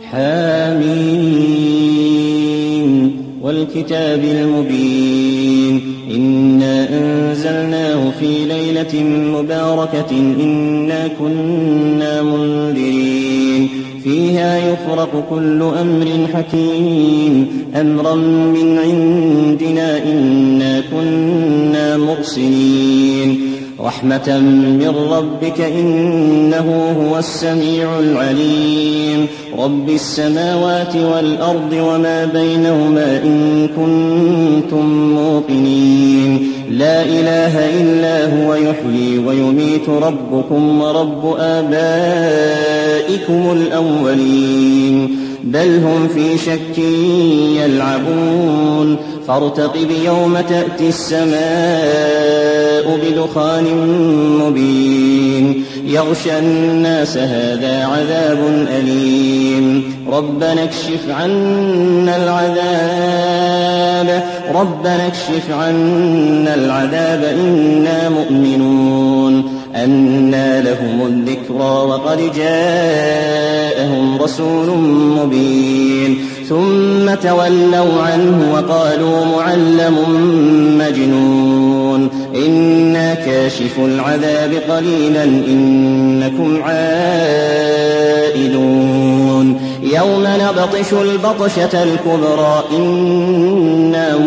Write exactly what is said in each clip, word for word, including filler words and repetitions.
حامين والكتاب المبين إنا أنزلناه في ليلة مباركة إنا كنا منذرين فيها يفرق كل أمر حكيم أمرا من عندنا إنا كنا مرسلين رحمة من ربك إنه هو السميع العليم رب السماوات والأرض وما بينهما إن كنتم موقنين لا إله إلا هو يحيي ويميت ربكم ورب آبائكم الأولين بل هم في شك يلعبون فارتقب يوم تأتي السماء بدخان مبين يغشى الناس هذا عذاب أليم ربنا اكشف عنا العذاب ربنا اكشف عنا العذاب إنا مؤمنون أنى لهم الذكرى وقد جاءهم رسول مبين ثم تولوا عنه وقالوا معلم مجنون إنا كاشف العذاب قليلا إنكم عائدون يوم نبطش البطشة الكبرى إنا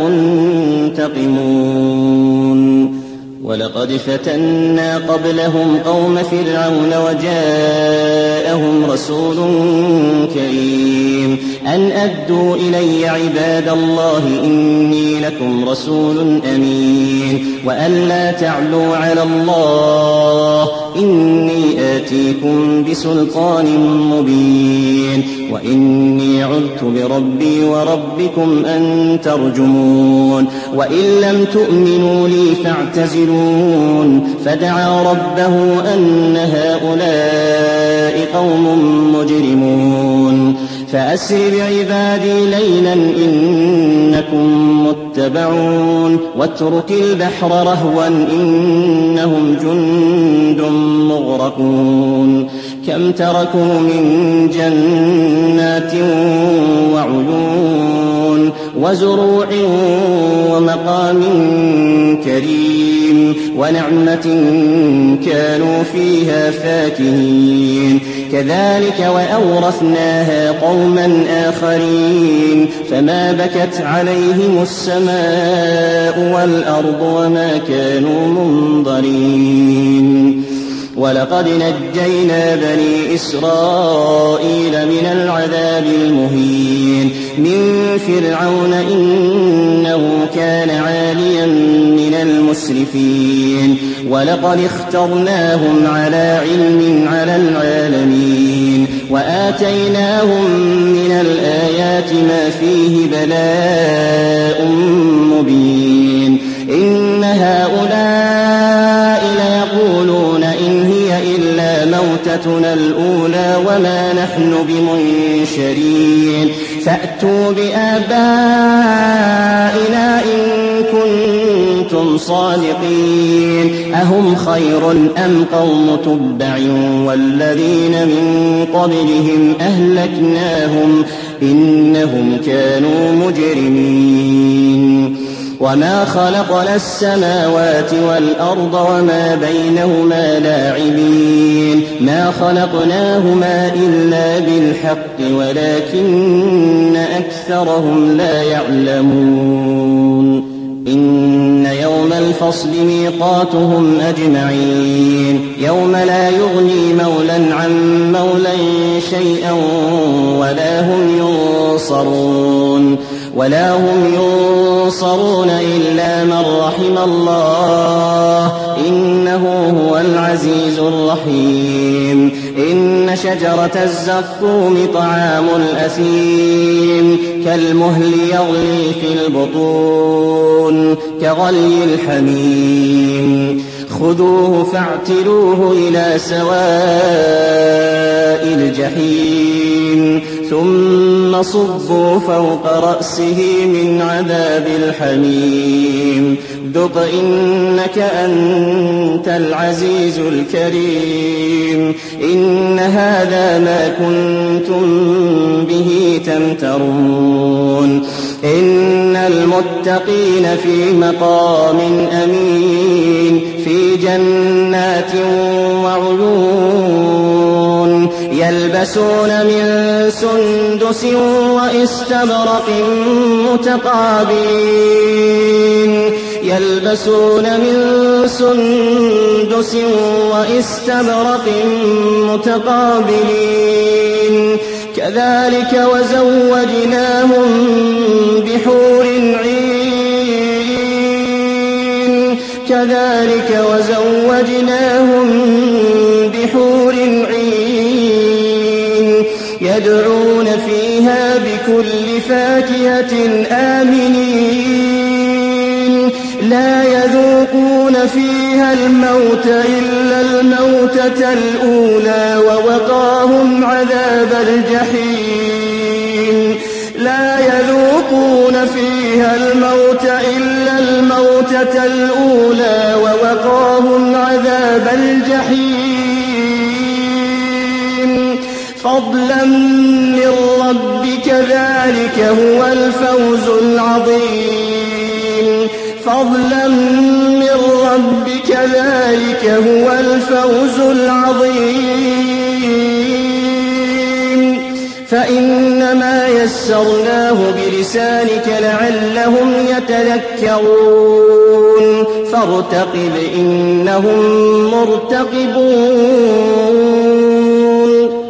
منتقمون ولقد فتنا قبلهم قوم فرعون وجاءهم رسول كريم أن أدوا إلي عباد الله إني لكم رسول أمين وأن لا تعلوا على الله إني آتيكم بسلطان مبين وإني عذت بربي وربكم أن ترجمون وإن لم تؤمنوا لي فاعتزلون فدعا ربه أن هؤلاء قوم مجرمون فأسر بعبادي ليلا إنكم متبعون واترك البحر رهوا إنهم جند مغرقون كم تركوا من جنات وعيون وزروع ومقام كريم ونعمة كانوا فيها فاكهين كذلك وأورثناها قوما آخرين فما بكت عليهم السماء والأرض وما كانوا منظرين ولقد نجينا بني إسرائيل من العذاب المهين من فرعون إنه كان عاليا من المسرفين ولقد اخترناهم على علم على العالمين وآتيناهم من الآيات ما فيه بلاء مبين إن هؤلاء ليقولون إن هي إلا موتتنا الأولى وما نحن بمنشرين فأتوا بآبائنا إن كنتم صادقين أهم خير أم قوم تبع والذين من قبلهم أهلكناهم إنهم كانوا مجرمين وما خلقنا السماوات والأرض وما بينهما لاعبين ما خلقناهما إلا بالحق ولكن أكثرهم لا يعلمون إن يوم الفصل ميقاتهم أجمعين يوم لا يغني مولا عن مولا شيئا ولا هم ينصرون ولا هم ينصرون إلا من رحم الله إنه هو العزيز الرحيم إن شجرة الزقوم طعام الأثيم كالمهل يغلي في البطون كغلي الحميم خذوه فاعتلوه إلى سواء الجحيم ثم ثم صبوا فوق رأسه من عذاب الحميم ذق إنك أنت العزيز الكريم إن هذا ما كنتم به تمترون إن المتقين في مقام أمين في جنات وعيون يلبسون من سندس وإستبرق متقابلين يلبسون من سندس وإستبرق متقابلين كذلك وزوجناهم بحور عين كذلك وزوجناهم بحور عين يدعون فيها بكل فاكهة آمنين لا يذوقون فيها الموت إلا الموتة الأولى ووقاهم عذاب الجحيم لا يذوقون فيها الموت إلا الموتة الأولى ووقاهم عذاب الجحيم فضلا من ربك ذلك هو الفوز العظيم فضلا من ربك ذلك هو الفوز العظيم فإنما يسرناه بلسانك لعلهم يتذكرون فارتقب إنهم مرتقبون